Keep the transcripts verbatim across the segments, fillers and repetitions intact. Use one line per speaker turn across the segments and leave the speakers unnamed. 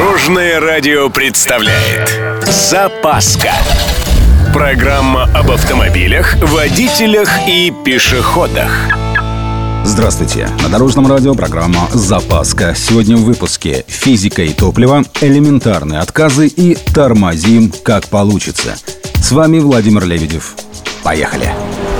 Дорожное радио представляет «Запаска». Программа об автомобилях, водителях и пешеходах.
Здравствуйте! На Дорожном радио программа «Запаска». Сегодня в выпуске «Физика и топливо», элементарные отказы и «Тормозим как получится». С вами Владимир Лебедев. Поехали!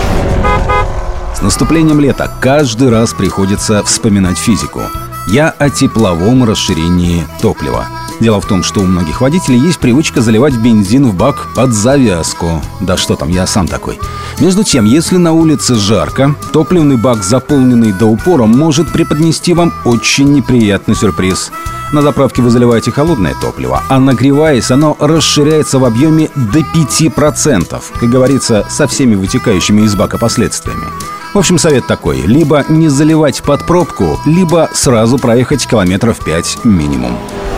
С наступлением лета каждый раз приходится вспоминать физику. Я о тепловом расширении топлива. Дело в том, что у многих водителей есть привычка заливать бензин в бак под завязку. Да что там, я сам такой. Между тем, если на улице жарко, топливный бак, заполненный до упора, может преподнести вам очень неприятный сюрприз. На заправке вы заливаете холодное топливо, а нагреваясь, оно расширяется в объеме до пяти процентов. Как говорится, со всеми вытекающими из бака последствиями. В общем, совет такой: либо не заливать под пробку, либо сразу проехать километров пять минимум.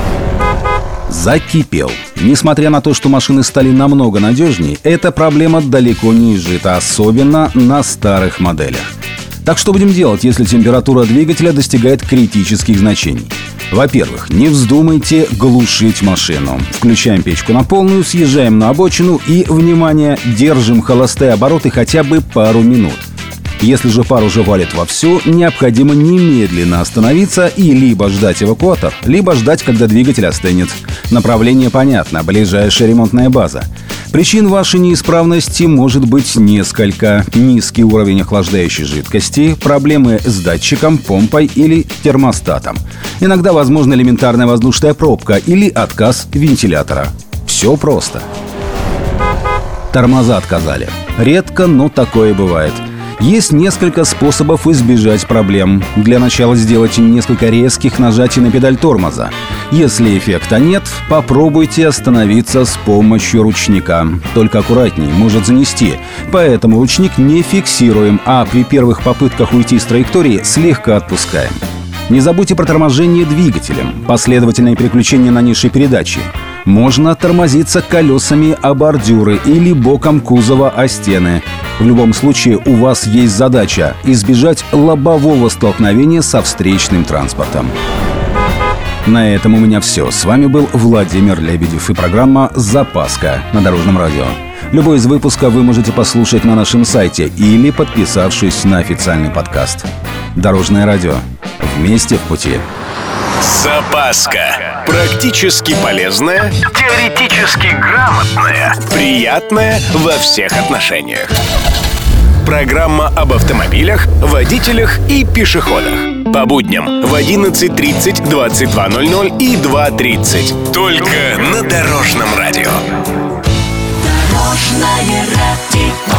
Закипел. Несмотря на то, что машины стали намного надежнее, эта проблема далеко не изжита, особенно на старых моделях. Так что будем делать, если температура двигателя достигает критических значений? Во-первых, не вздумайте глушить машину. Включаем печку на полную, съезжаем на обочину и, внимание, держим холостые обороты хотя бы пару минут. Если же пар уже валит вовсю, необходимо немедленно остановиться и либо ждать эвакуатор, либо ждать, когда двигатель остынет. Направление понятно: ближайшая ремонтная база. Причин вашей неисправности может быть несколько: низкий уровень охлаждающей жидкости, проблемы с датчиком, помпой или термостатом. Иногда возможна элементарная воздушная пробка или отказ вентилятора. Все просто. Тормоза отказали. Редко, но такое бывает. Есть несколько способов избежать проблем. Для начала сделайте несколько резких нажатий на педаль тормоза. Если эффекта нет, попробуйте остановиться с помощью ручника. Только аккуратней, может занести. Поэтому ручник не фиксируем, а при первых попытках уйти с траектории слегка отпускаем. Не забудьте про торможение двигателем, последовательное переключение на низшей передаче. Можно тормозиться колесами о бордюры или боком кузова о стены. В любом случае у вас есть задача избежать лобового столкновения со встречным транспортом. На этом у меня все. С вами был Владимир Лебедев и программа «Запаска» на Дорожном радио. Любой из выпусков вы можете послушать на нашем сайте или подписавшись на официальный подкаст. Дорожное радио. Вместе в пути.
Запаска. Практически полезная, теоретически грамотная, приятная во всех отношениях. Программа об автомобилях, водителях и пешеходах. По будням в одиннадцать тридцать, двадцать два ноль ноль и два тридцать. Только на Дорожном радио.
Дорожное радио.